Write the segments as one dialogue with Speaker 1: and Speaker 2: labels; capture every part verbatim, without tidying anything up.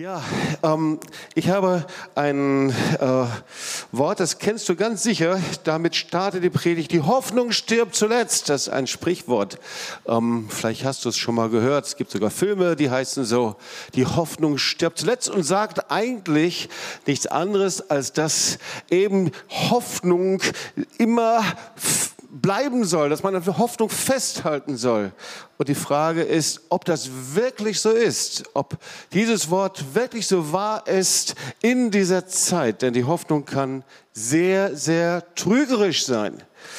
Speaker 1: Ja, ähm, ich habe ein äh, Wort, das kennst du ganz sicher. Damit startet die Predigt. Die Hoffnung stirbt zuletzt. Das ist ein Sprichwort. Ähm, vielleicht hast du es schon mal gehört. Es gibt sogar Filme, die heißen so, die Hoffnung stirbt zuletzt und sagt eigentlich nichts anderes, als dass eben Hoffnung immer bleiben soll, dass man an der Hoffnung festhalten soll. Und die Frage ist, ob das wirklich so ist, ob dieses Wort wirklich so wahr ist in dieser Zeit. Denn die Hoffnung kann sehr, sehr trügerisch sein.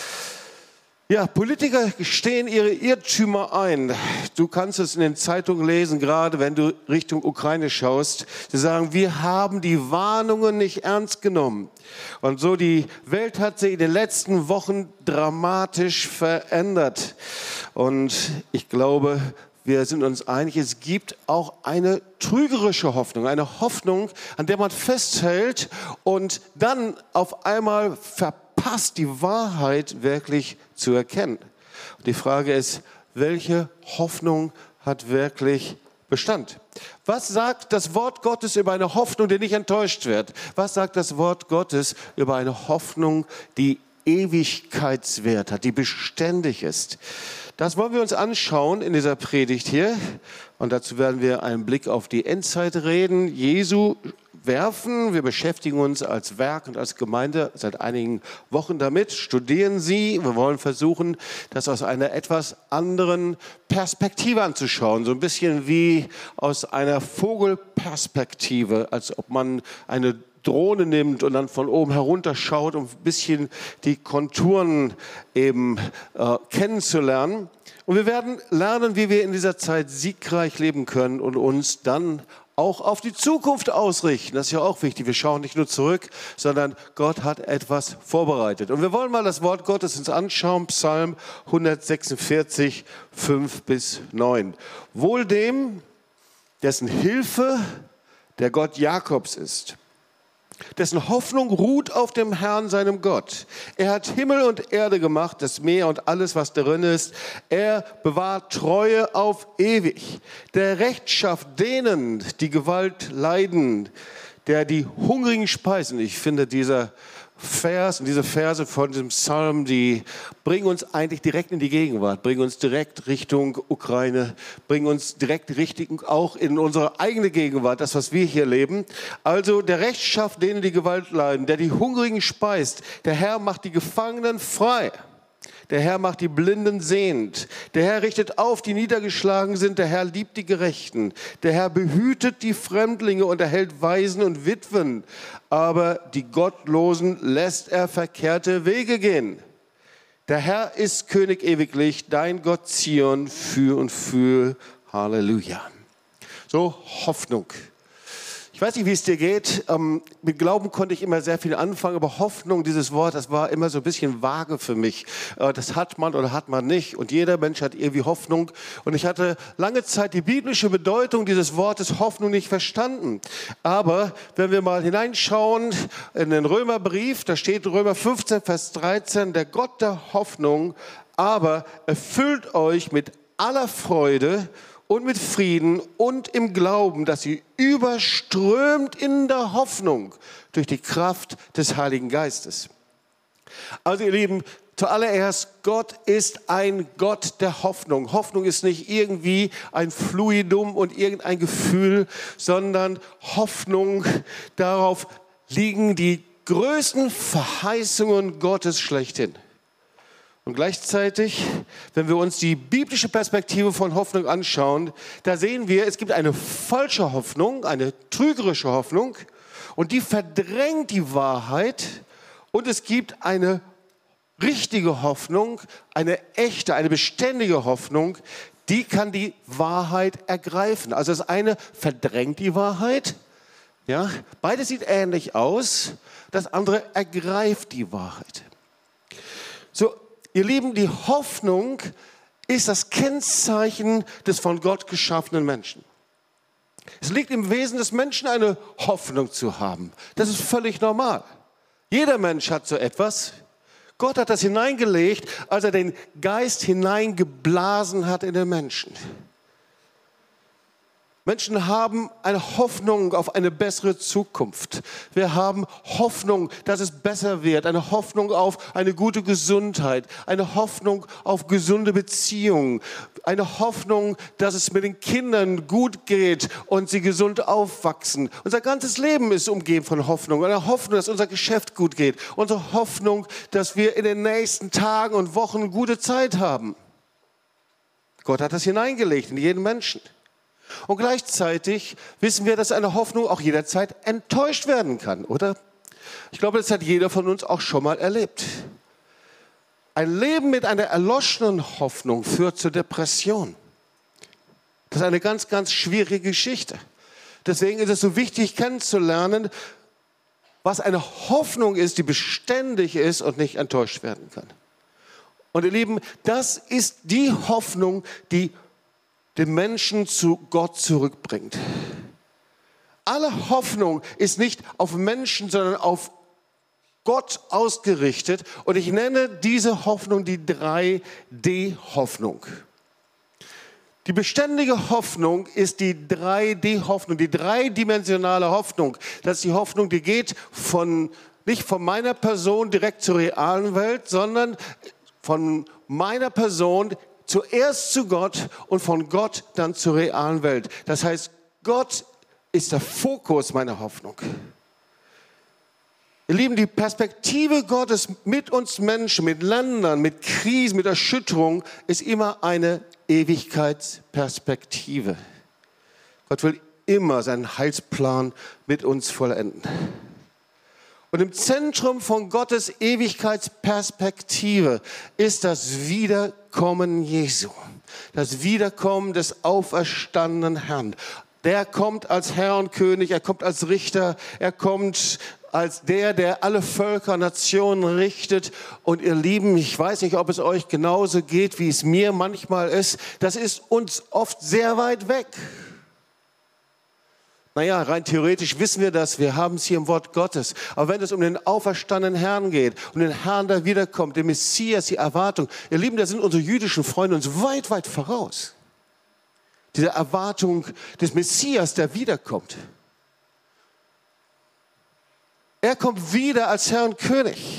Speaker 1: Ja, Politiker gestehen ihre Irrtümer ein. Du kannst es in den Zeitungen lesen, gerade wenn du Richtung Ukraine schaust. Sie sagen, wir haben die Warnungen nicht ernst genommen. Und so, die Welt hat sich in den letzten Wochen dramatisch verändert. Und ich glaube, wir sind uns einig, es gibt auch eine trügerische Hoffnung, eine Hoffnung, an der man festhält und dann auf einmal verpasst, die Wahrheit wirklich zu erkennen. Und die Frage ist, welche Hoffnung hat wirklich Bestand? Was sagt das Wort Gottes über eine Hoffnung, die nicht enttäuscht wird? Was sagt das Wort Gottes über eine Hoffnung, die Ewigkeitswert hat, die beständig ist? Das wollen wir uns anschauen in dieser Predigt hier. Und dazu werden wir einen Blick auf die Endzeit reden, Jesu werfen. Wir beschäftigen uns als Werk und als Gemeinde seit einigen Wochen damit, studieren sie. Wir wollen versuchen, das aus einer etwas anderen Perspektive anzuschauen. So ein bisschen wie aus einer Vogelperspektive, als ob man eine Drohne nimmt und dann von oben herunter schaut, um ein bisschen die Konturen eben äh, kennenzulernen. Und wir werden lernen, wie wir in dieser Zeit siegreich leben können und uns dann auch auf die Zukunft ausrichten. Das ist ja auch wichtig. Wir schauen nicht nur zurück, sondern Gott hat etwas vorbereitet. Und wir wollen mal das Wort Gottes uns anschauen, Psalm hundertsechsundvierzig, fünf bis neun. Wohl dem, dessen Hilfe der Gott Jakobs ist, dessen Hoffnung ruht auf dem Herrn, seinem Gott. Er hat Himmel und Erde gemacht, das Meer und alles, was darin ist. Er bewahrt Treue auf ewig. Der Recht schafft denen, die Gewalt leiden, der die Hungrigen speisen. Ich finde, dieser Vers und diese Verse von diesem Psalm, die bringen uns eigentlich direkt in die Gegenwart, bringen uns direkt Richtung Ukraine, bringen uns direkt Richtung auch in unsere eigene Gegenwart, das, was wir hier leben. Also der Recht schafft denen, die Gewalt leiden, der die Hungrigen speist. Der Herr macht die Gefangenen frei. Der Herr macht die Blinden sehend. Der Herr richtet auf, die niedergeschlagen sind. Der Herr liebt die Gerechten. Der Herr behütet die Fremdlinge und erhält Waisen und Witwen. Aber die Gottlosen lässt er verkehrte Wege gehen. Der Herr ist König ewiglich, dein Gott Zion für und für. Halleluja. So, Hoffnung. Ich weiß nicht, wie es dir geht. Ähm, mit Glauben konnte ich immer sehr viel anfangen, aber Hoffnung, dieses Wort, das war immer so ein bisschen vage für mich. Äh, das hat man oder hat man nicht. Und jeder Mensch hat irgendwie Hoffnung. Und ich hatte lange Zeit die biblische Bedeutung dieses Wortes Hoffnung nicht verstanden. Aber wenn wir mal hineinschauen in den Römerbrief, da steht Römer fünfzehn, Vers dreizehn, der Gott der Hoffnung, aber erfüllt euch mit aller Freude und mit Frieden und im Glauben, dass sie überströmt in der Hoffnung durch die Kraft des Heiligen Geistes. Also ihr Lieben, zuallererst, Gott ist ein Gott der Hoffnung. Hoffnung ist nicht irgendwie ein Fluidum und irgendein Gefühl, sondern Hoffnung, darauf liegen die größten Verheißungen Gottes schlechthin. Und gleichzeitig, wenn wir uns die biblische Perspektive von Hoffnung anschauen, da sehen wir, es gibt eine falsche Hoffnung, eine trügerische Hoffnung und die verdrängt die Wahrheit, und es gibt eine richtige Hoffnung, eine echte, eine beständige Hoffnung, die kann die Wahrheit ergreifen. Also das eine verdrängt die Wahrheit, ja, beides sieht ähnlich aus, das andere ergreift die Wahrheit. So, ihr Lieben, die Hoffnung ist das Kennzeichen des von Gott geschaffenen Menschen. Es liegt im Wesen des Menschen, eine Hoffnung zu haben. Das ist völlig normal. Jeder Mensch hat so etwas. Gott hat das hineingelegt, als er den Geist hineingeblasen hat in den Menschen. Menschen haben eine Hoffnung auf eine bessere Zukunft. Wir haben Hoffnung, dass es besser wird. Eine Hoffnung auf eine gute Gesundheit. Eine Hoffnung auf gesunde Beziehungen. Eine Hoffnung, dass es mit den Kindern gut geht und sie gesund aufwachsen. Unser ganzes Leben ist umgeben von Hoffnung. Eine Hoffnung, dass unser Geschäft gut geht. Unsere Hoffnung, dass wir in den nächsten Tagen und Wochen gute Zeit haben. Gott hat das hineingelegt in jeden Menschen. Und gleichzeitig wissen wir, dass eine Hoffnung auch jederzeit enttäuscht werden kann, oder? Ich glaube, das hat jeder von uns auch schon mal erlebt. Ein Leben mit einer erloschenen Hoffnung führt zur Depression. Das ist eine ganz, ganz schwierige Geschichte. Deswegen ist es so wichtig, kennenzulernen, was eine Hoffnung ist, die beständig ist und nicht enttäuscht werden kann. Und ihr Lieben, das ist die Hoffnung, die den Menschen zu Gott zurückbringt. Alle Hoffnung ist nicht auf Menschen, sondern auf Gott ausgerichtet. Und ich nenne diese Hoffnung die drei D Hoffnung. Die beständige Hoffnung ist die drei D Hoffnung, die dreidimensionale Hoffnung. Das ist die Hoffnung, die geht von, nicht von meiner Person direkt zur realen Welt, sondern von meiner Person zuerst zu Gott und von Gott dann zur realen Welt. Das heißt, Gott ist der Fokus meiner Hoffnung. Ihr Lieben, die Perspektive Gottes mit uns Menschen, mit Ländern, mit Krisen, mit Erschütterung ist immer eine Ewigkeitsperspektive. Gott will immer seinen Heilsplan mit uns vollenden. Und im Zentrum von Gottes Ewigkeitsperspektive ist das Wiederkommen Jesu. Das Wiederkommen des auferstandenen Herrn. Der kommt als Herr und König, er kommt als Richter, er kommt als der, der alle Völker, Nationen richtet. Und ihr Lieben, ich weiß nicht, ob es euch genauso geht, wie es mir manchmal ist. Das ist uns oft sehr weit weg. Naja, rein theoretisch wissen wir das, wir haben es hier im Wort Gottes. Aber wenn es um den auferstandenen Herrn geht, um den Herrn, der wiederkommt, den Messias, die Erwartung, ihr Lieben, da sind unsere jüdischen Freunde uns weit, weit voraus. Diese Erwartung des Messias, der wiederkommt. Er kommt wieder als Herr und König.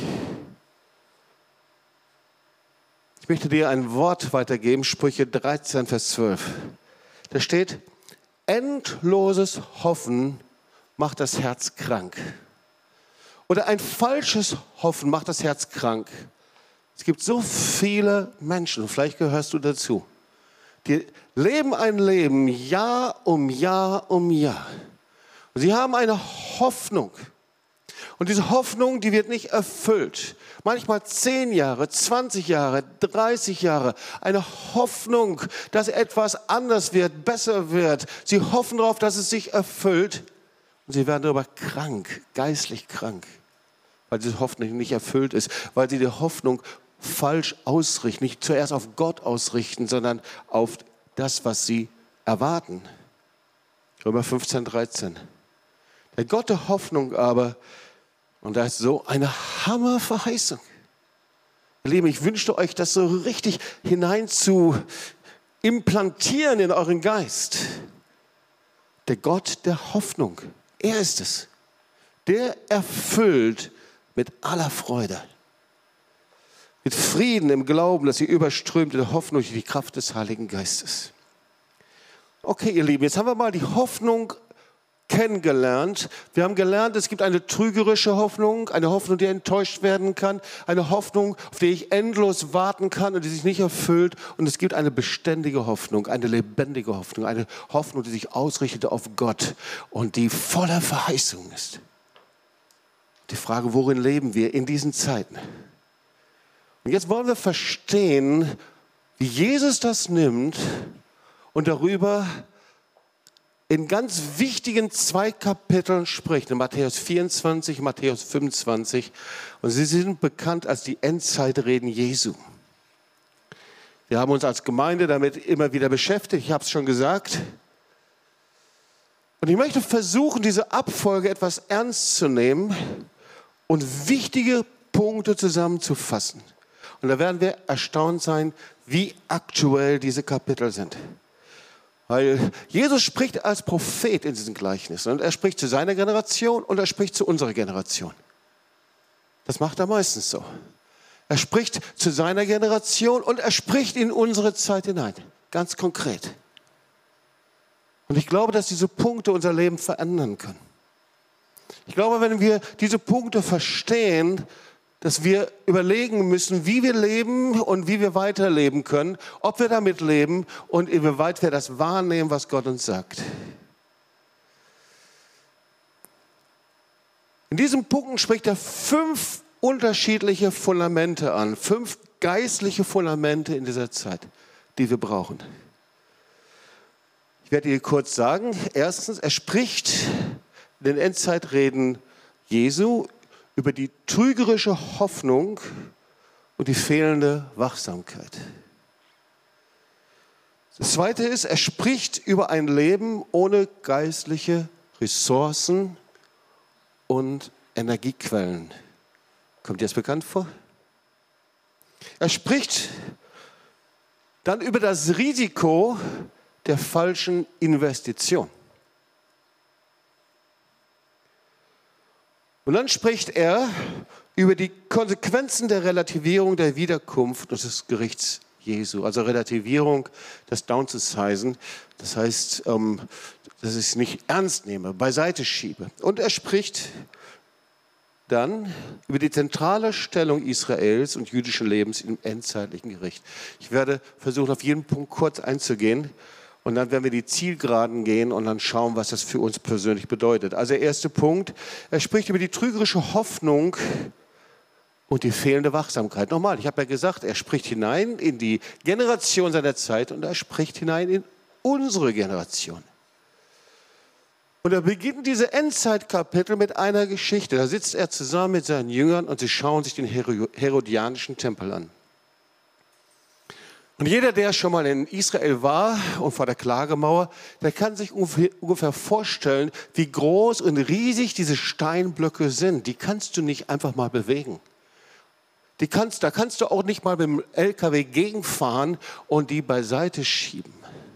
Speaker 1: Ich möchte dir ein Wort weitergeben, Sprüche dreizehn, Vers zwölf. Da steht: Endloses Hoffen macht das Herz krank. Oder ein falsches Hoffen macht das Herz krank. Es gibt so viele Menschen, und vielleicht gehörst du dazu, die leben ein Leben Jahr um Jahr um Jahr. Und sie haben eine Hoffnung. Und diese Hoffnung, die wird nicht erfüllt. Manchmal zehn Jahre, zwanzig Jahre, dreißig Jahre. Eine Hoffnung, dass etwas anders wird, besser wird. Sie hoffen darauf, dass es sich erfüllt. Und sie werden darüber krank, geistlich krank. Weil diese Hoffnung nicht erfüllt ist. Weil sie die Hoffnung falsch ausrichten. Nicht zuerst auf Gott ausrichten, sondern auf das, was sie erwarten. Römer fünfzehn, dreizehn. Der Gott der Hoffnung aber, und da ist so eine Hammerverheißung. Ihr Lieben, ich wünschte euch, das so richtig hinein zu implantieren in euren Geist. Der Gott der Hoffnung, er ist es. Der erfüllt mit aller Freude. Mit Frieden im Glauben, dass sie überströmt in der Hoffnung durch die Kraft des Heiligen Geistes. Okay, ihr Lieben, jetzt haben wir mal die Hoffnung kennengelernt. Wir haben gelernt, es gibt eine trügerische Hoffnung, eine Hoffnung, die enttäuscht werden kann, eine Hoffnung, auf die ich endlos warten kann und die sich nicht erfüllt. Und es gibt eine beständige Hoffnung, eine lebendige Hoffnung, eine Hoffnung, die sich ausrichtet auf Gott und die voller Verheißung ist. Die Frage, worin leben wir in diesen Zeiten? Und jetzt wollen wir verstehen, wie Jesus das nimmt und darüber in ganz wichtigen zwei Kapiteln spricht, in Matthäus vierundzwanzig, Matthäus fünfundzwanzig. Und sie sind bekannt als die Endzeitreden Jesu. Wir haben uns als Gemeinde damit immer wieder beschäftigt, ich habe es schon gesagt. Und ich möchte versuchen, diese Abfolge etwas ernst zu nehmen und wichtige Punkte zusammenzufassen. Und da werden wir erstaunt sein, wie aktuell diese Kapitel sind. Weil Jesus spricht als Prophet in diesen Gleichnissen. Und er spricht zu seiner Generation und er spricht zu unserer Generation. Das macht er meistens so. Er spricht zu seiner Generation und er spricht in unsere Zeit hinein. Ganz konkret. Und ich glaube, dass diese Punkte unser Leben verändern können. Ich glaube, wenn wir diese Punkte verstehen, dass wir überlegen müssen, wie wir leben und wie wir weiterleben können, ob wir damit leben und inwieweit wir das wahrnehmen, was Gott uns sagt. In diesen Punkten spricht er fünf unterschiedliche Fundamente an, fünf geistliche Fundamente in dieser Zeit, die wir brauchen. Ich werde dir kurz sagen, erstens, er spricht in den Endzeitreden Jesu über die trügerische Hoffnung und die fehlende Wachsamkeit. Das Zweite ist, er spricht über ein Leben ohne geistliche Ressourcen und Energiequellen. Kommt dir das bekannt vor? Er spricht dann über das Risiko der falschen Investition. Und dann spricht er über die Konsequenzen der Relativierung der Wiederkunft und des Gerichts Jesu. Also Relativierung, das Downsizen, das heißt, ähm, dass ich es nicht ernst nehme, beiseite schiebe. Und er spricht dann über die zentrale Stellung Israels und jüdischen Lebens im endzeitlichen Gericht. Ich werde versuchen, auf jeden Punkt kurz einzugehen. Und dann werden wir die Zielgeraden gehen und dann schauen, was das für uns persönlich bedeutet. Also der erste Punkt, er spricht über die trügerische Hoffnung und die fehlende Wachsamkeit. Nochmal, ich habe ja gesagt, er spricht hinein in die Generation seiner Zeit und er spricht hinein in unsere Generation. Und er beginnt diese Endzeitkapitel mit einer Geschichte. Da sitzt er zusammen mit seinen Jüngern und sie schauen sich den herodianischen Tempel an. Und jeder, der schon mal in Israel war und vor der Klagemauer, der kann sich ungefähr vorstellen, wie groß und riesig diese Steinblöcke sind. Die kannst du nicht einfach mal bewegen. Die kannst, da kannst du auch nicht mal mit dem L K W gegenfahren und die beiseite schieben.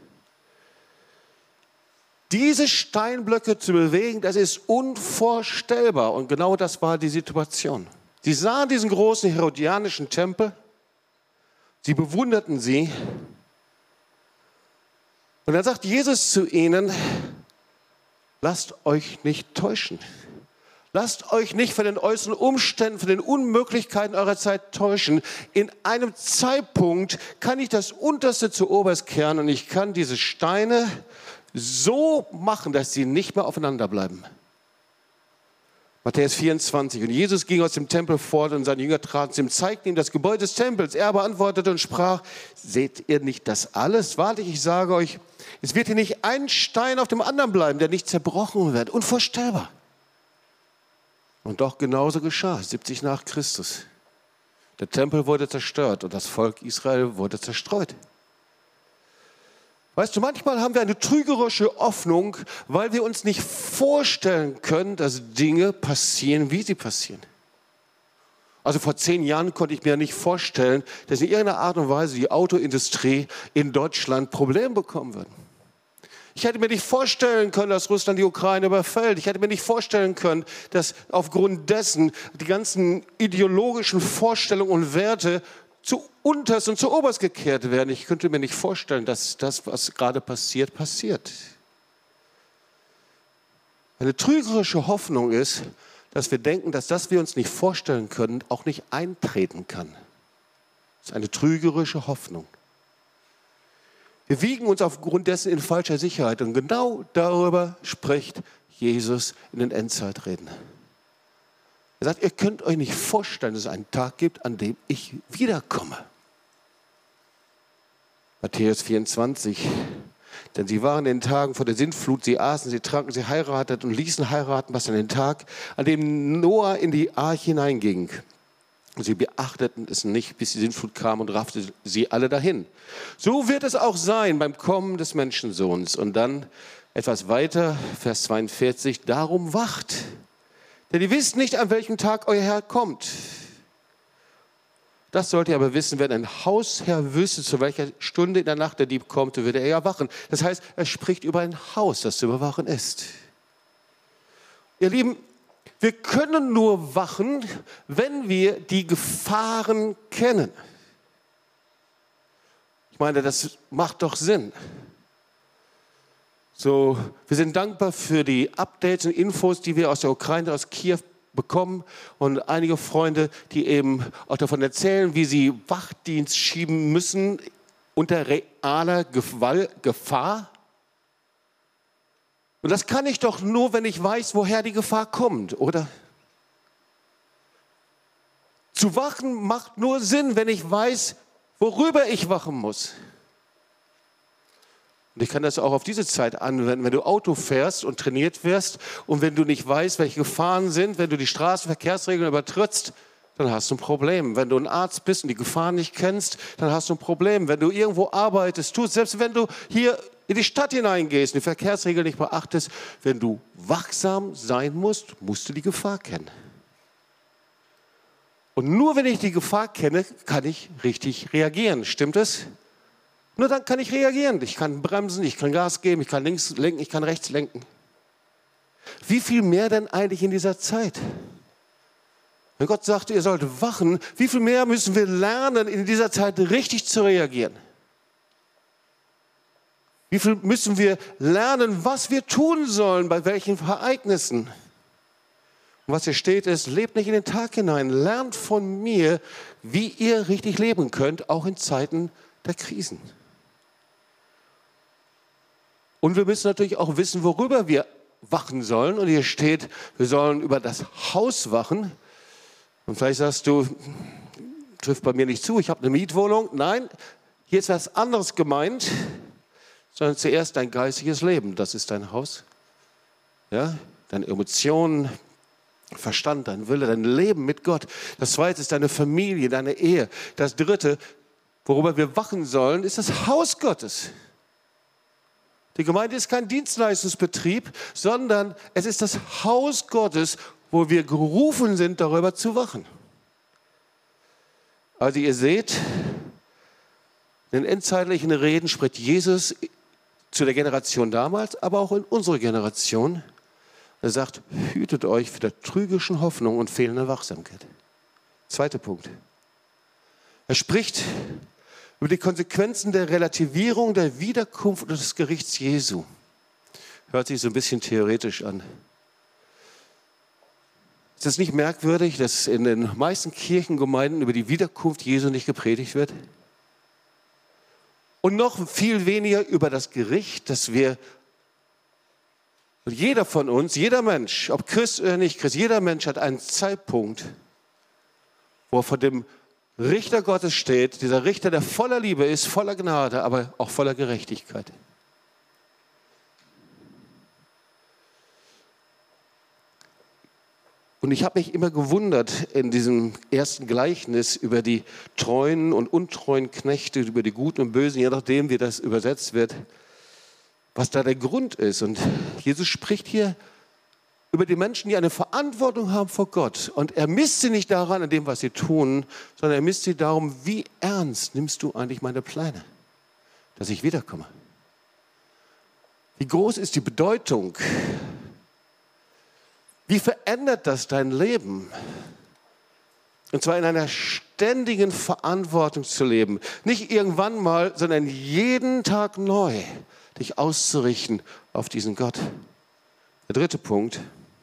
Speaker 1: Diese Steinblöcke zu bewegen, das ist unvorstellbar. Und genau das war die Situation. Sie sahen diesen großen herodianischen Tempel. Sie bewunderten sie. Und dann sagt Jesus zu ihnen, lasst euch nicht täuschen. Lasst euch nicht von den äußeren Umständen, von den Unmöglichkeiten eurer Zeit täuschen. In einem Zeitpunkt kann ich das Unterste zu Oberst kehren und ich kann diese Steine so machen, dass sie nicht mehr aufeinander bleiben. Matthäus vierundzwanzig. Und Jesus ging aus dem Tempel fort und seine Jünger traten zu ihm, zeigten ihm das Gebäude des Tempels. Er aber antwortete und sprach, seht ihr nicht das alles? Wahrlich, ich sage euch, es wird hier nicht ein Stein auf dem anderen bleiben, der nicht zerbrochen wird. Unvorstellbar. Und doch genauso geschah, siebzig nach Christus. Der Tempel wurde zerstört und das Volk Israel wurde zerstreut. Weißt du, manchmal haben wir eine trügerische Hoffnung, weil wir uns nicht vorstellen können, dass Dinge passieren, wie sie passieren. Also vor zehn Jahren konnte ich mir nicht vorstellen, dass in irgendeiner Art und Weise die Autoindustrie in Deutschland Probleme bekommen würde. Ich hätte mir nicht vorstellen können, dass Russland die Ukraine überfällt. Ich hätte mir nicht vorstellen können, dass aufgrund dessen die ganzen ideologischen Vorstellungen und Werte zu unterst und zu oberst gekehrt werden. Ich könnte mir nicht vorstellen, dass das, was gerade passiert, passiert. Eine trügerische Hoffnung ist, dass wir denken, dass das, was wir uns nicht vorstellen können, auch nicht eintreten kann. Das ist eine trügerische Hoffnung. Wir wiegen uns aufgrund dessen in falscher Sicherheit. Und genau darüber spricht Jesus in den Endzeitreden. Er sagt, ihr könnt euch nicht vorstellen, dass es einen Tag gibt, an dem ich wiederkomme. Matthäus vierundzwanzig. Denn sie waren in den Tagen vor der Sintflut, sie aßen, sie tranken, sie heirateten und ließen heiraten, was an den Tag, an dem Noah in die Arche hineinging. Und sie beachteten es nicht, bis die Sintflut kam und raffte sie alle dahin. So wird es auch sein beim Kommen des Menschensohns. Und dann etwas weiter, Vers zweiundvierzig, darum wacht. Denn ihr wisst nicht, an welchem Tag euer Herr kommt. Das sollt ihr aber wissen, wenn ein Hausherr wüsste, zu welcher Stunde in der Nacht der Dieb kommt, würde er ja wachen. Das heißt, er spricht über ein Haus, das zu überwachen ist. Ihr Lieben, wir können nur wachen, wenn wir die Gefahren kennen. Ich meine, das macht doch Sinn. So, wir sind dankbar für die Updates und Infos, die wir aus der Ukraine, aus Kiew bekommen, und einige Freunde, die eben auch davon erzählen, wie sie Wachdienst schieben müssen unter realer Gefahr. Und das kann ich doch nur, wenn ich weiß, woher die Gefahr kommt, oder? Zu wachen macht nur Sinn, wenn ich weiß, worüber ich wachen muss. Und ich kann das auch auf diese Zeit anwenden, wenn du Auto fährst und trainiert wirst und wenn du nicht weißt, welche Gefahren sind, wenn du die Straßenverkehrsregeln übertrittst, dann hast du ein Problem. Wenn du ein Arzt bist und die Gefahren nicht kennst, dann hast du ein Problem. Wenn du irgendwo arbeitest, tust, selbst wenn du hier in die Stadt hineingehst und die Verkehrsregeln nicht beachtest, wenn du wachsam sein musst, musst du die Gefahr kennen. Und nur wenn ich die Gefahr kenne, kann ich richtig reagieren. Stimmt es? Nur dann kann ich reagieren. Ich kann bremsen, ich kann Gas geben, ich kann links lenken, ich kann rechts lenken. Wie viel mehr denn eigentlich in dieser Zeit? Wenn Gott sagte, ihr sollt wachen, wie viel mehr müssen wir lernen, in dieser Zeit richtig zu reagieren? Wie viel müssen wir lernen, was wir tun sollen, bei welchen Ereignissen? Und was hier steht ist, lebt nicht in den Tag hinein, lernt von mir, wie ihr richtig leben könnt, auch in Zeiten der Krisen. Und wir müssen natürlich auch wissen, worüber wir wachen sollen. Und hier steht, wir sollen über das Haus wachen. Und vielleicht sagst du, trifft bei mir nicht zu, ich habe eine Mietwohnung. Nein, hier ist was anderes gemeint, sondern zuerst dein geistiges Leben. Das ist dein Haus. Ja, deine Emotionen, Verstand, dein Wille, dein Leben mit Gott. Das zweite ist deine Familie, deine Ehe. Das dritte, worüber wir wachen sollen, ist das Haus Gottes. Die Gemeinde ist kein Dienstleistungsbetrieb, sondern es ist das Haus Gottes, wo wir gerufen sind, darüber zu wachen. Also ihr seht, in den endzeitlichen Reden spricht Jesus zu der Generation damals, aber auch in unsere Generation. Er sagt, hütet euch vor der trügerischen Hoffnung und fehlender Wachsamkeit. Zweiter Punkt. Er spricht über die Konsequenzen der Relativierung der Wiederkunft und des Gerichts Jesu. Hört sich so ein bisschen theoretisch an. Ist es nicht merkwürdig, dass in den meisten Kirchengemeinden über die Wiederkunft Jesu nicht gepredigt wird? Und noch viel weniger über das Gericht, dass wir, jeder von uns, jeder Mensch, ob Christ oder nicht Christ, jeder Mensch hat einen Zeitpunkt, wo er vor dem Richter Gottes steht, dieser Richter, der voller Liebe ist, voller Gnade, aber auch voller Gerechtigkeit. Und ich habe mich immer gewundert in diesem ersten Gleichnis über die treuen und untreuen Knechte, über die Guten und Bösen, je nachdem, wie das übersetzt wird, was da der Grund ist. Und Jesus spricht hier über die Menschen, die eine Verantwortung haben vor Gott. Und er misst sie nicht daran, an dem, was sie tun, sondern er misst sie darum, wie ernst nimmst du eigentlich meine Pläne, dass ich wiederkomme? Wie groß ist die Bedeutung? Wie verändert das dein Leben? Und zwar in einer ständigen Verantwortung zu leben. Nicht irgendwann mal, sondern jeden Tag neu dich auszurichten auf diesen Gott. Der dritte Punkt.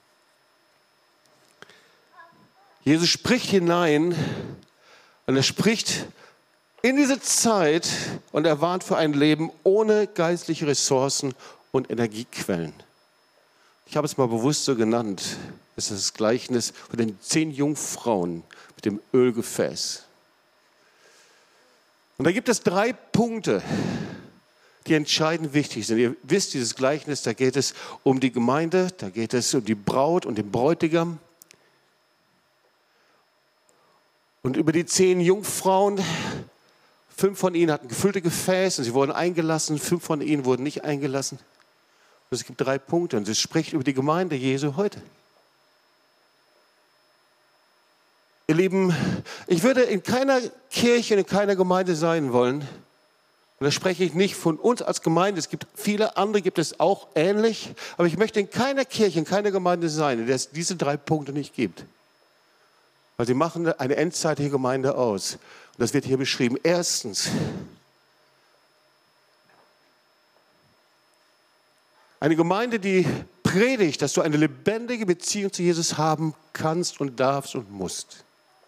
Speaker 1: Jesus spricht hinein und er spricht in diese Zeit und er warnt für ein Leben ohne geistliche Ressourcen und Energiequellen. Ich habe es mal bewusst so genannt. Das ist das Gleichnis von den zehn Jungfrauen mit dem Ölgefäß. Und da gibt es drei Punkte, die entscheidend wichtig sind. Ihr wisst, dieses Gleichnis, da geht es um die Gemeinde, da geht es um die Braut und den Bräutigam. Und über die zehn Jungfrauen, fünf von ihnen hatten gefüllte Gefäße und sie wurden eingelassen, fünf von ihnen wurden nicht eingelassen. Und es gibt drei Punkte und es spricht über die Gemeinde Jesu heute. Ihr Lieben, ich würde in keiner Kirche, in keiner Gemeinde sein wollen, und da spreche ich nicht von uns als Gemeinde, es gibt viele andere, gibt es auch ähnlich, aber ich möchte in keiner Kirche, in keiner Gemeinde sein, in der es diese drei Punkte nicht gibt. Weil sie machen eine endzeitige Gemeinde aus. Und das wird hier beschrieben. Erstens, eine Gemeinde, die predigt, dass du eine lebendige Beziehung zu Jesus haben kannst und darfst und musst.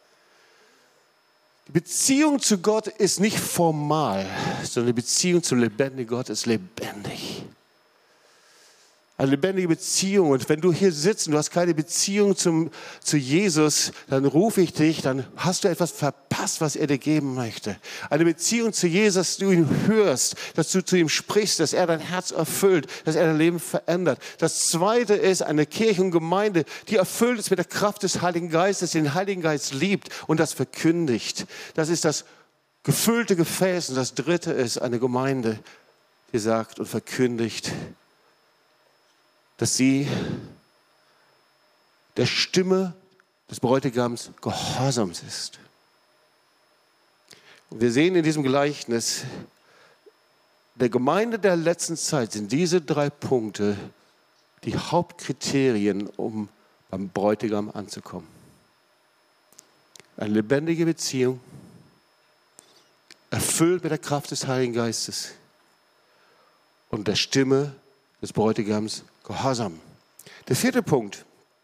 Speaker 1: Die Beziehung zu Gott ist nicht formal, sondern die Beziehung zum lebendigen Gott ist lebendig. Eine lebendige Beziehung. Und wenn du hier sitzt und du hast keine Beziehung zum, zu Jesus, dann rufe ich dich, dann hast du etwas verpasst, was er dir geben möchte. Eine Beziehung zu Jesus, dass du ihn hörst, dass du zu ihm sprichst, dass er dein Herz erfüllt, dass er dein Leben verändert. Das Zweite ist eine Kirche und Gemeinde, die erfüllt ist mit der Kraft des Heiligen Geistes, den Heiligen Geist liebt und das verkündigt. Das ist das gefüllte Gefäß. Und das Dritte ist eine Gemeinde, die sagt und verkündigt, dass sie der Stimme des Bräutigams gehorsam ist. Und wir sehen in diesem Gleichnis, der Gemeinde der letzten Zeit sind diese drei Punkte die Hauptkriterien, um beim Bräutigam anzukommen. Eine lebendige Beziehung, erfüllt mit der Kraft des Heiligen Geistes und der Stimme des Bräutigams Gehorsam. Der vierte Punkt.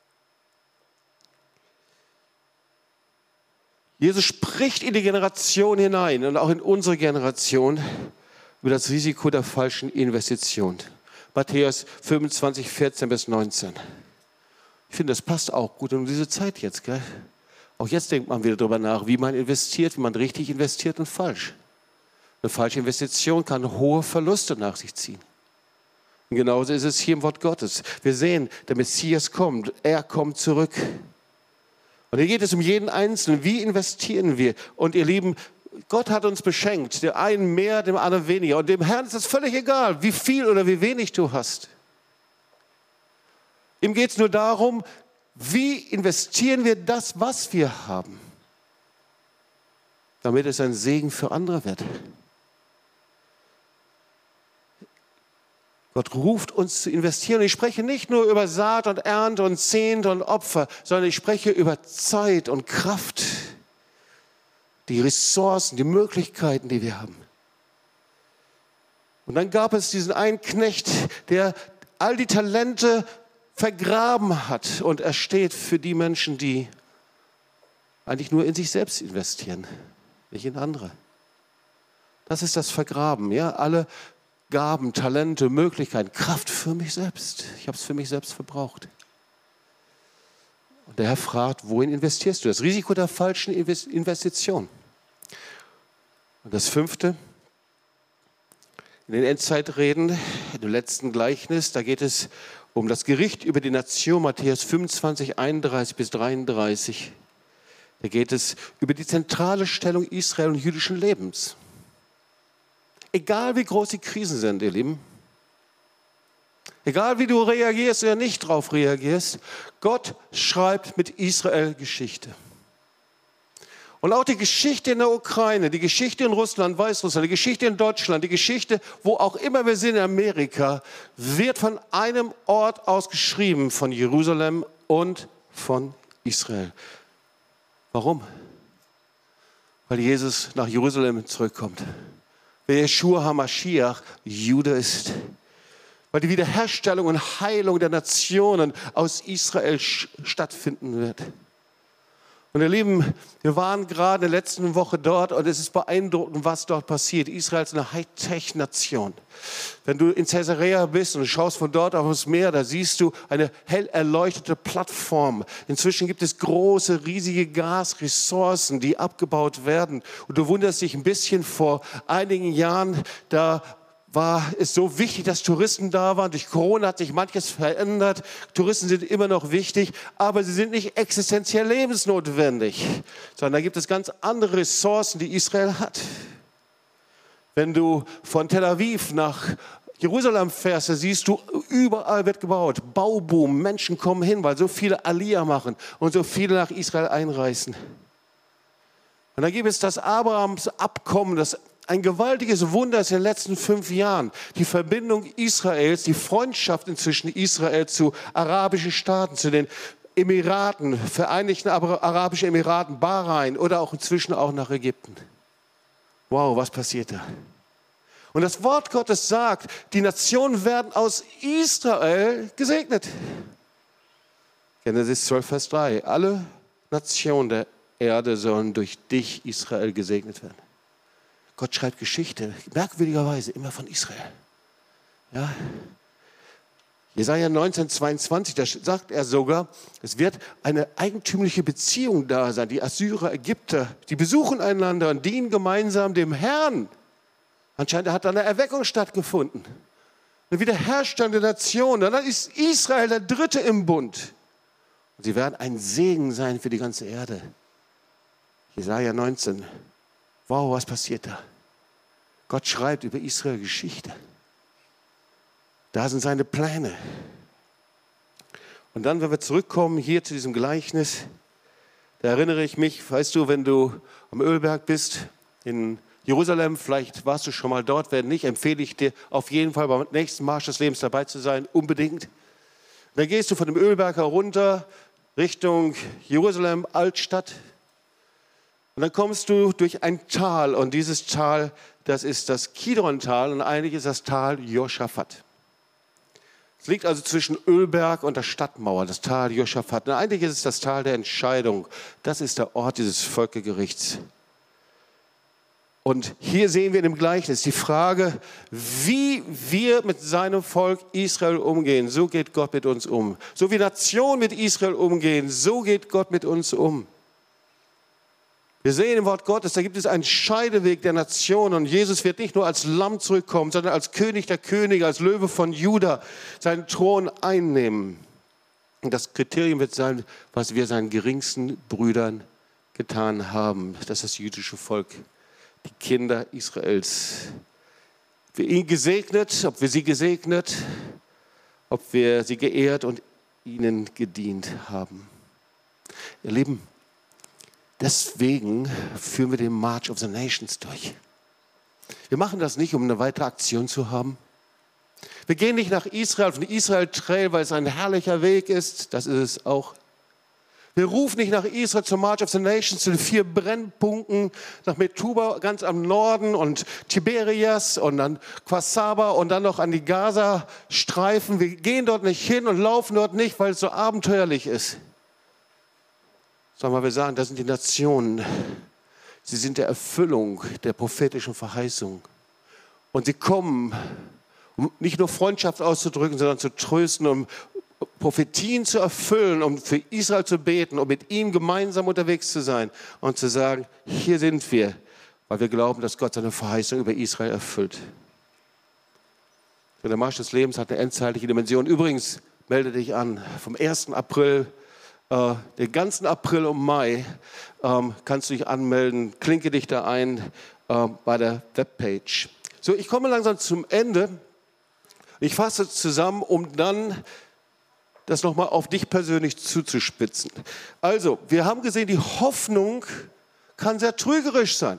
Speaker 1: Jesus spricht in die Generation hinein und auch in unsere Generation über das Risiko der falschen Investition. Matthäus fünfundzwanzig, vierzehn bis neunzehn. Ich finde, das passt auch gut in diese Zeit jetzt. Gell? Auch jetzt denkt man wieder darüber nach, wie man investiert, wie man richtig investiert und falsch. Eine falsche Investition kann hohe Verluste nach sich ziehen. Und genauso ist es hier im Wort Gottes. Wir sehen, der Messias kommt, er kommt zurück. Und hier geht es um jeden Einzelnen. Wie investieren wir? Und ihr Lieben, Gott hat uns beschenkt, dem einen mehr, dem anderen weniger. Und dem Herrn ist es völlig egal, wie viel oder wie wenig du hast. Ihm geht es nur darum, wie investieren wir das, was wir haben, damit es ein Segen für andere wird. Gott ruft uns zu investieren. Und ich spreche nicht nur über Saat und Ernte und Zehnte und Opfer, sondern ich spreche über Zeit und Kraft, die Ressourcen, die Möglichkeiten, die wir haben. Und dann gab es diesen einen Knecht, der all die Talente vergraben hat. Und er steht für die Menschen, die eigentlich nur in sich selbst investieren, nicht in andere. Das ist das Vergraben, ja, alle Gaben, Talente, Möglichkeiten, Kraft für mich selbst. Ich habe es für mich selbst verbraucht. Und der Herr fragt, wohin investierst du? Das Risiko der falschen Investition. Und das Fünfte, in den Endzeitreden, in dem letzten Gleichnis, da geht es um das Gericht über die Nation, Matthäus fünfundzwanzig, einunddreißig bis dreiunddreißig. Da geht es über die zentrale Stellung Israel und jüdischen Lebens. Egal wie groß die Krisen sind, ihr Lieben, egal wie du reagierst oder nicht drauf reagierst, Gott schreibt mit Israel Geschichte. Und auch die Geschichte in der Ukraine, die Geschichte in Russland, Weißrussland, die Geschichte in Deutschland, die Geschichte, wo auch immer wir sind in Amerika, wird von einem Ort aus geschrieben, von Jerusalem und von Israel. Warum? Weil Jesus nach Jerusalem zurückkommt. Wer Yeshua HaMashiach Jude ist. Weil die Wiederherstellung und Heilung der Nationen aus Israel stattfinden wird. Und ihr Lieben, wir waren gerade in der letzten Woche dort und es ist beeindruckend, was dort passiert. Israel ist eine Hightech-Nation. Wenn du in Caesarea bist und du schaust von dort auf das Meer, da siehst du eine hell erleuchtete Plattform. Inzwischen gibt es große, riesige Gasressourcen, die abgebaut werden. Und du wunderst dich ein bisschen, vor einigen Jahren, da war es so wichtig, dass Touristen da waren. Durch Corona hat sich manches verändert. Touristen sind immer noch wichtig, aber sie sind nicht existenziell lebensnotwendig, sondern da gibt es ganz andere Ressourcen, die Israel hat. Wenn du von Tel Aviv nach Jerusalem fährst, da siehst du, überall wird gebaut. Bauboom, Menschen kommen hin, weil so viele Aliyah machen und so viele nach Israel einreisen. Und dann gibt es das Abrahams Abkommen, das ein gewaltiges Wunder ist in den letzten fünf Jahren. Die Verbindung Israels, die Freundschaft inzwischen Israel zu arabischen Staaten, zu den Emiraten, Vereinigten Arabischen Emiraten, Bahrain oder auch inzwischen auch nach Ägypten. Wow, was passiert da? Und das Wort Gottes sagt, die Nationen werden aus Israel gesegnet. Genesis zwölf, Vers drei. Alle Nationen der Erde sollen durch dich, Israel, gesegnet werden. Gott schreibt Geschichte, merkwürdigerweise immer von Israel. Ja. Jesaja neunzehn, zweiundzwanzig, da sagt er sogar, es wird eine eigentümliche Beziehung da sein. Die Assyrer, Ägypter, die besuchen einander und dienen gemeinsam dem Herrn. Anscheinend hat da eine Erweckung stattgefunden. Eine Wiederherstellung der Nation. Und dann ist Israel der Dritte im Bund. Und sie werden ein Segen sein für die ganze Erde. Jesaja neunzehn. Wow, was passiert da? Gott schreibt über Israel Geschichte. Da sind seine Pläne. Und dann, wenn wir zurückkommen hier zu diesem Gleichnis, da erinnere ich mich, weißt du, wenn du am Ölberg bist, in Jerusalem, vielleicht warst du schon mal dort, wenn nicht, empfehle ich dir auf jeden Fall beim nächsten Marsch des Lebens dabei zu sein, unbedingt. Dann gehst du von dem Ölberg herunter Richtung Jerusalem, Altstadt. Und dann kommst du durch ein Tal und dieses Tal, das ist das Kidron-Tal und eigentlich ist das Tal Joschafat. Es liegt also zwischen Ölberg und der Stadtmauer, das Tal Joschafat. Und eigentlich ist es das Tal der Entscheidung. Das ist der Ort dieses Völkergerichts. Und hier sehen wir in dem Gleichnis die Frage, wie wir mit seinem Volk Israel umgehen. So geht Gott mit uns um. So wie Nationen mit Israel umgehen, so geht Gott mit uns um. Wir sehen im Wort Gottes, da gibt es einen Scheideweg der Nationen und Jesus wird nicht nur als Lamm zurückkommen, sondern als König der Könige, als Löwe von Juda seinen Thron einnehmen. Und das Kriterium wird sein, was wir seinen geringsten Brüdern getan haben. Das ist das jüdische Volk, die Kinder Israels. Ob wir ihn gesegnet, ob wir sie gesegnet, ob wir sie geehrt und ihnen gedient haben. Ihr Lieben, deswegen führen wir den March of the Nations durch. Wir machen das nicht, um eine weitere Aktion zu haben. Wir gehen nicht nach Israel, auf den Israel Trail, weil es ein herrlicher Weg ist. Das ist es auch. Wir rufen nicht nach Israel zum March of the Nations, zu den vier Brennpunkten, nach Metuba ganz am Norden und Tiberias und dann Quasaba und dann noch an die Gaza-Streifen. Wir gehen dort nicht hin und laufen dort nicht, weil es so abenteuerlich ist. Sondern wir sagen, das sind die Nationen. Sie sind der Erfüllung der prophetischen Verheißung. Und sie kommen, um nicht nur Freundschaft auszudrücken, sondern zu trösten, um Prophetien zu erfüllen, um für Israel zu beten, um mit ihm gemeinsam unterwegs zu sein und zu sagen, hier sind wir, weil wir glauben, dass Gott seine Verheißung über Israel erfüllt. Der Marsch des Lebens hat eine endzeitliche Dimension. Übrigens, melde dich an, vom ersten April, äh, den ganzen April und Mai ähm, kannst du dich anmelden, klinke dich da ein äh, bei der Webpage. So, ich komme langsam zum Ende. Ich fasse zusammen, um dann das nochmal auf dich persönlich zuzuspitzen. Also, wir haben gesehen, die Hoffnung kann sehr trügerisch sein.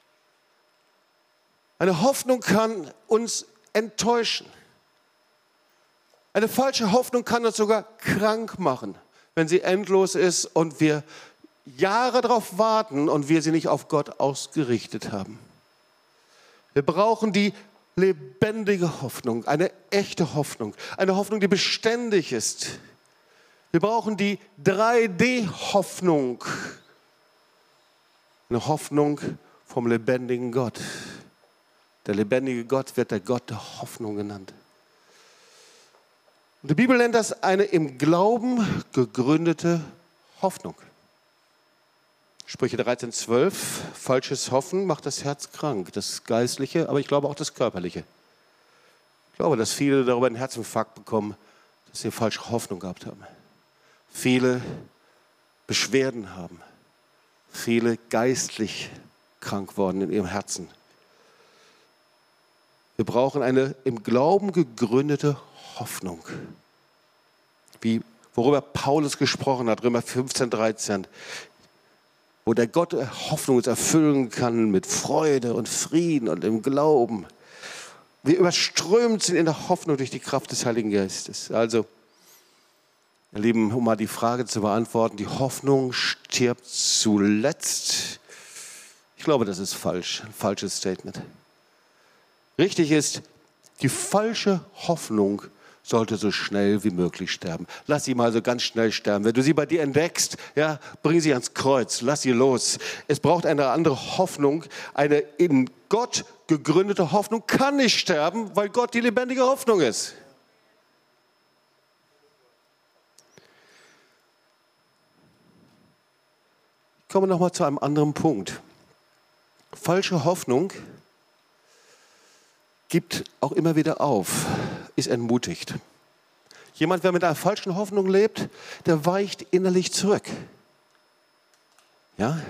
Speaker 1: Eine Hoffnung kann uns enttäuschen. Eine falsche Hoffnung kann uns sogar krank machen, wenn sie endlos ist und wir Jahre darauf warten und wir sie nicht auf Gott ausgerichtet haben. Wir brauchen die lebendige Hoffnung, eine echte Hoffnung, eine Hoffnung, die beständig ist. Wir brauchen die drei D Hoffnung, eine Hoffnung vom lebendigen Gott. Der lebendige Gott wird der Gott der Hoffnung genannt. Und die Bibel nennt das eine im Glauben gegründete Hoffnung. Sprüche dreizehn, zwölf, falsches Hoffen macht das Herz krank, das Geistliche, aber ich glaube auch das Körperliche. Ich glaube, dass viele darüber einen Herzinfarkt bekommen, dass sie falsche Hoffnung gehabt haben. Viele Beschwerden haben, viele geistlich krank worden in ihrem Herzen. Wir brauchen eine im Glauben gegründete Hoffnung, wie worüber Paulus gesprochen hat, Römer fünfzehn, dreizehn. wo der Gott Hoffnung uns erfüllen kann mit Freude und Frieden und im Glauben. Wir überströmt sind in der Hoffnung durch die Kraft des Heiligen Geistes. Also, ihr Lieben, um mal die Frage zu beantworten, die Hoffnung stirbt zuletzt. Ich glaube, das ist falsch, ein falsches Statement. Richtig ist, die falsche Hoffnung sollte so schnell wie möglich sterben. Lass sie mal so ganz schnell sterben. Wenn du sie bei dir entdeckst, ja, bring sie ans Kreuz, lass sie los. Es braucht eine andere Hoffnung. Eine in Gott gegründete Hoffnung kann nicht sterben, weil Gott die lebendige Hoffnung ist. Ich komme noch mal zu einem anderen Punkt. Falsche Hoffnung gibt auch immer wieder auf, ist entmutigt. Jemand, der mit einer falschen Hoffnung lebt, der weicht innerlich zurück. Ja?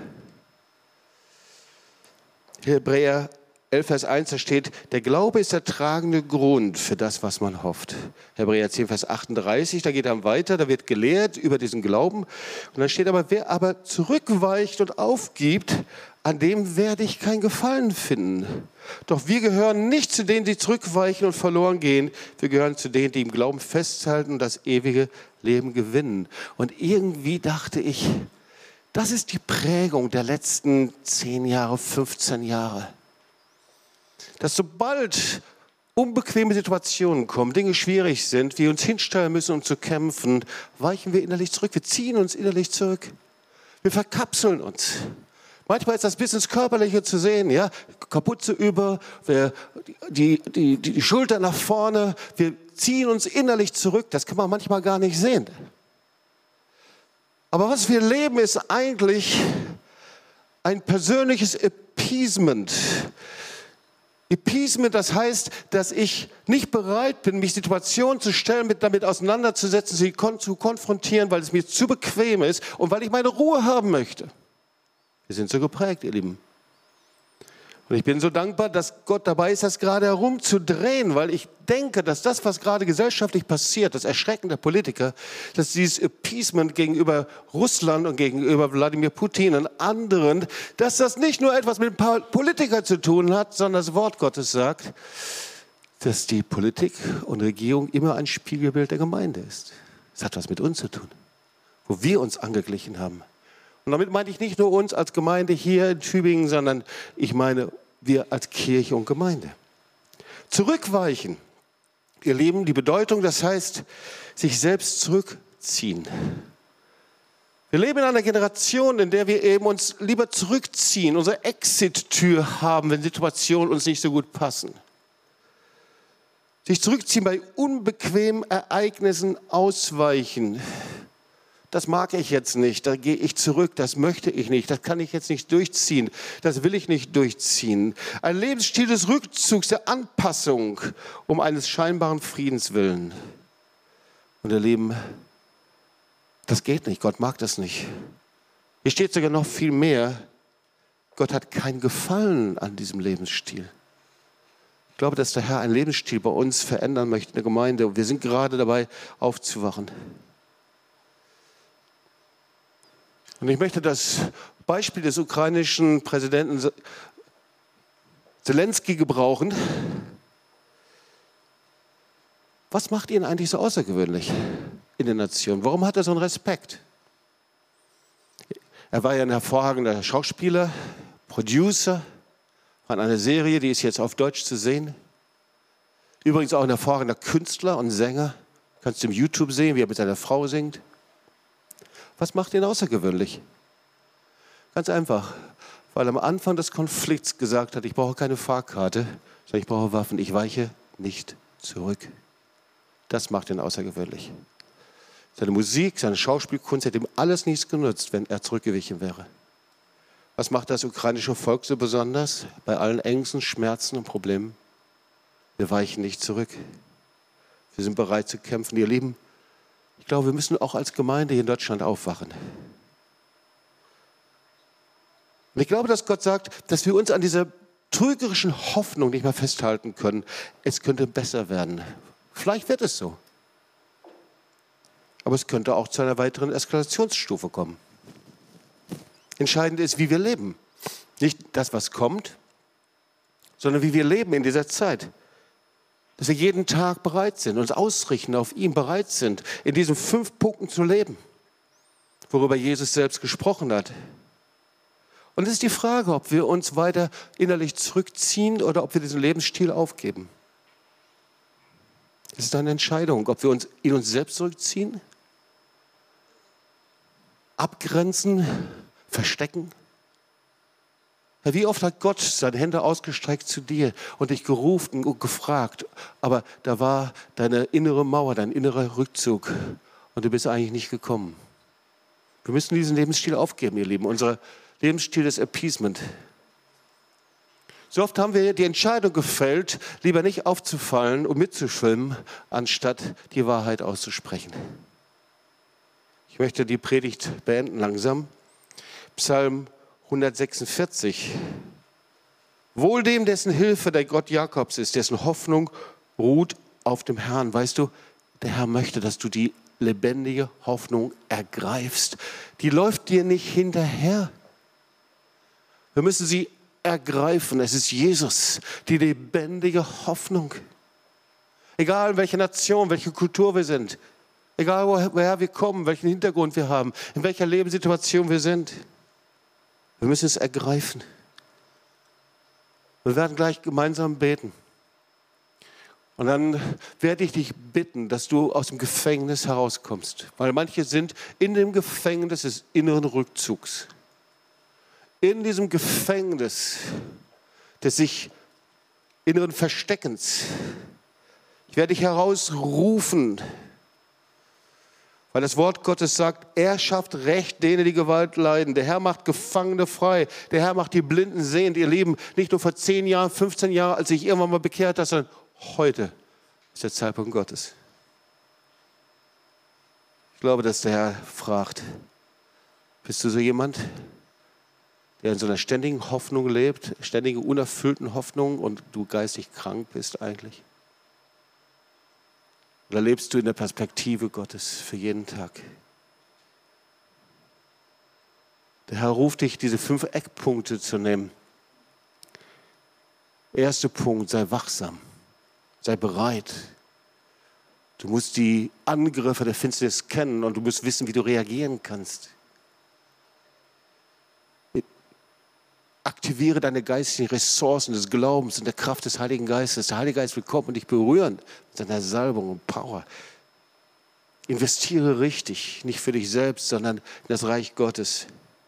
Speaker 1: Hebräer elf, Vers eins, da steht, der Glaube ist der tragende Grund für das, was man hofft. Hebräer zehn, Vers achtunddreißig, da geht er weiter, da wird gelehrt über diesen Glauben. Und dann steht aber, wer aber zurückweicht und aufgibt, an dem werde ich kein Gefallen finden. Doch wir gehören nicht zu denen, die zurückweichen und verloren gehen. Wir gehören zu denen, die im Glauben festhalten und das ewige Leben gewinnen. Und irgendwie dachte ich, das ist die Prägung der letzten zehn Jahre, fünfzehn Jahre. Dass sobald unbequeme Situationen kommen, Dinge schwierig sind, wir uns hinstellen müssen, um zu kämpfen, weichen wir innerlich zurück. Wir ziehen uns innerlich zurück. Wir verkapseln uns. Manchmal ist das bis ins Körperliche zu sehen, ja, Kapuze über, wir, die, die, die, die Schulter nach vorne, wir ziehen uns innerlich zurück, das kann man manchmal gar nicht sehen. Aber was wir leben, ist eigentlich ein persönliches Appeasement. Appeasement, das heißt, dass ich nicht bereit bin, mich Situationen zu stellen, mit damit auseinanderzusetzen, sie kon- zu konfrontieren, weil es mir zu bequem ist und weil ich meine Ruhe haben möchte. Wir sind so geprägt, ihr Lieben. Und ich bin so dankbar, dass Gott dabei ist, das gerade herumzudrehen, weil ich denke, dass das, was gerade gesellschaftlich passiert, das Erschrecken der Politiker, dass dieses Appeasement gegenüber Russland und gegenüber Wladimir Putin und anderen, dass das nicht nur etwas mit ein paar Politikern zu tun hat, sondern das Wort Gottes sagt, dass die Politik und Regierung immer ein Spiegelbild der Gemeinde ist. Das hat was mit uns zu tun, wo wir uns angeglichen haben. Und damit meine ich nicht nur uns als Gemeinde hier in Tübingen, sondern ich meine wir als Kirche und Gemeinde. Zurückweichen, ihr Lieben, die Bedeutung, das heißt, sich selbst zurückziehen. Wir leben in einer Generation, in der wir eben uns lieber zurückziehen, unsere Exit-Tür haben, wenn Situationen uns nicht so gut passen. Sich zurückziehen bei unbequemen Ereignissen, ausweichen. Das mag ich jetzt nicht, da gehe ich zurück, das möchte ich nicht, das kann ich jetzt nicht durchziehen, das will ich nicht durchziehen. Ein Lebensstil des Rückzugs, der Anpassung um eines scheinbaren Friedens willen. Und ihr Lieben, das geht nicht, Gott mag das nicht. Hier steht sogar noch viel mehr, Gott hat kein Gefallen an diesem Lebensstil. Ich glaube, dass der Herr einen Lebensstil bei uns verändern möchte in der Gemeinde und wir sind gerade dabei aufzuwachen. Und ich möchte das Beispiel des ukrainischen Präsidenten Zelensky gebrauchen. Was macht ihn eigentlich so außergewöhnlich in der Nation? Warum hat er so einen Respekt? Er war ja ein hervorragender Schauspieler, Producer von einer Serie, die ist jetzt auf Deutsch zu sehen. Übrigens auch ein hervorragender Künstler und Sänger. Kannst du im YouTube sehen, wie er mit seiner Frau singt. Was macht ihn außergewöhnlich? Ganz einfach, weil er am Anfang des Konflikts gesagt hat, ich brauche keine Fahrkarte, sondern ich brauche Waffen, ich weiche nicht zurück. Das macht ihn außergewöhnlich. Seine Musik, seine Schauspielkunst hätte ihm alles nichts genutzt, wenn er zurückgewichen wäre. Was macht das ukrainische Volk so besonders? Bei allen Ängsten, Schmerzen und Problemen. Wir weichen nicht zurück. Wir sind bereit zu kämpfen, ihr Lieben. Ich glaube, wir müssen auch als Gemeinde hier in Deutschland aufwachen. Und ich glaube, dass Gott sagt, dass wir uns an dieser trügerischen Hoffnung nicht mehr festhalten können. Es könnte besser werden. Vielleicht wird es so. Aber es könnte auch zu einer weiteren Eskalationsstufe kommen. Entscheidend ist, wie wir leben. Nicht das, was kommt, sondern wie wir leben in dieser Zeit. Dass wir jeden Tag bereit sind, uns ausrichten auf ihn, bereit sind, in diesen fünf Punkten zu leben, worüber Jesus selbst gesprochen hat. Und es ist die Frage, ob wir uns weiter innerlich zurückziehen oder ob wir diesen Lebensstil aufgeben. Es ist eine Entscheidung, ob wir uns in uns selbst zurückziehen, abgrenzen, verstecken. Ja, wie oft hat Gott seine Hände ausgestreckt zu dir und dich gerufen und gefragt, aber da war deine innere Mauer, dein innerer Rückzug und du bist eigentlich nicht gekommen. Wir müssen diesen Lebensstil aufgeben, ihr Lieben. Unser Lebensstil des Appeasement. So oft haben wir die Entscheidung gefällt, lieber nicht aufzufallen und mitzuschwimmen, anstatt die Wahrheit auszusprechen. Ich möchte die Predigt beenden langsam. Psalm hundertsechsundvierzig. Wohl dem, dessen Hilfe der Gott Jakobs ist, dessen Hoffnung ruht auf dem Herrn. Weißt du, der Herr möchte, dass du die lebendige Hoffnung ergreifst. Die läuft dir nicht hinterher. Wir müssen sie ergreifen. Es ist Jesus, die lebendige Hoffnung. Egal in welcher Nation, welche Kultur wir sind, egal woher wir kommen, welchen Hintergrund wir haben, in welcher Lebenssituation wir sind. Wir müssen es ergreifen. Wir werden gleich gemeinsam beten. Und dann werde ich dich bitten, dass du aus dem Gefängnis herauskommst. Weil manche sind in dem Gefängnis des inneren Rückzugs. In diesem Gefängnis des sich inneren Versteckens. Ich werde dich herausrufen, weil das Wort Gottes sagt, er schafft Recht denen, die Gewalt leiden. Der Herr macht Gefangene frei. Der Herr macht die Blinden sehend. Ihr Lieben, nicht nur vor zehn Jahren, fünfzehn Jahren, als ich irgendwann mal bekehrt habe, sondern heute ist der Zeitpunkt Gottes. Ich glaube, dass der Herr fragt, bist du so jemand, der in so einer ständigen Hoffnung lebt, ständigen unerfüllten Hoffnung und du geistig krank bist eigentlich? Oder lebst du in der Perspektive Gottes für jeden Tag? Der Herr ruft dich, diese fünf Eckpunkte zu nehmen. Erster Punkt, sei wachsam, sei bereit. Du musst die Angriffe der Finsternis kennen und du musst wissen, wie du reagieren kannst. Aktiviere deine geistigen Ressourcen des Glaubens und der Kraft des Heiligen Geistes. Der Heilige Geist will kommen und dich berühren mit seiner Salbung und Power. Investiere richtig, nicht für dich selbst, sondern in das Reich Gottes.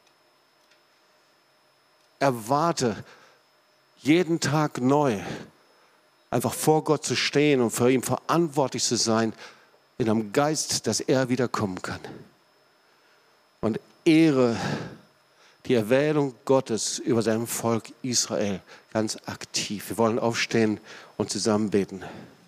Speaker 1: Erwarte jeden Tag neu, einfach vor Gott zu stehen und für ihn verantwortlich zu sein, in einem Geist, dass er wiederkommen kann. Und ehre die Erwählung Gottes über sein Volk Israel ganz aktiv. Wir wollen aufstehen und zusammen beten.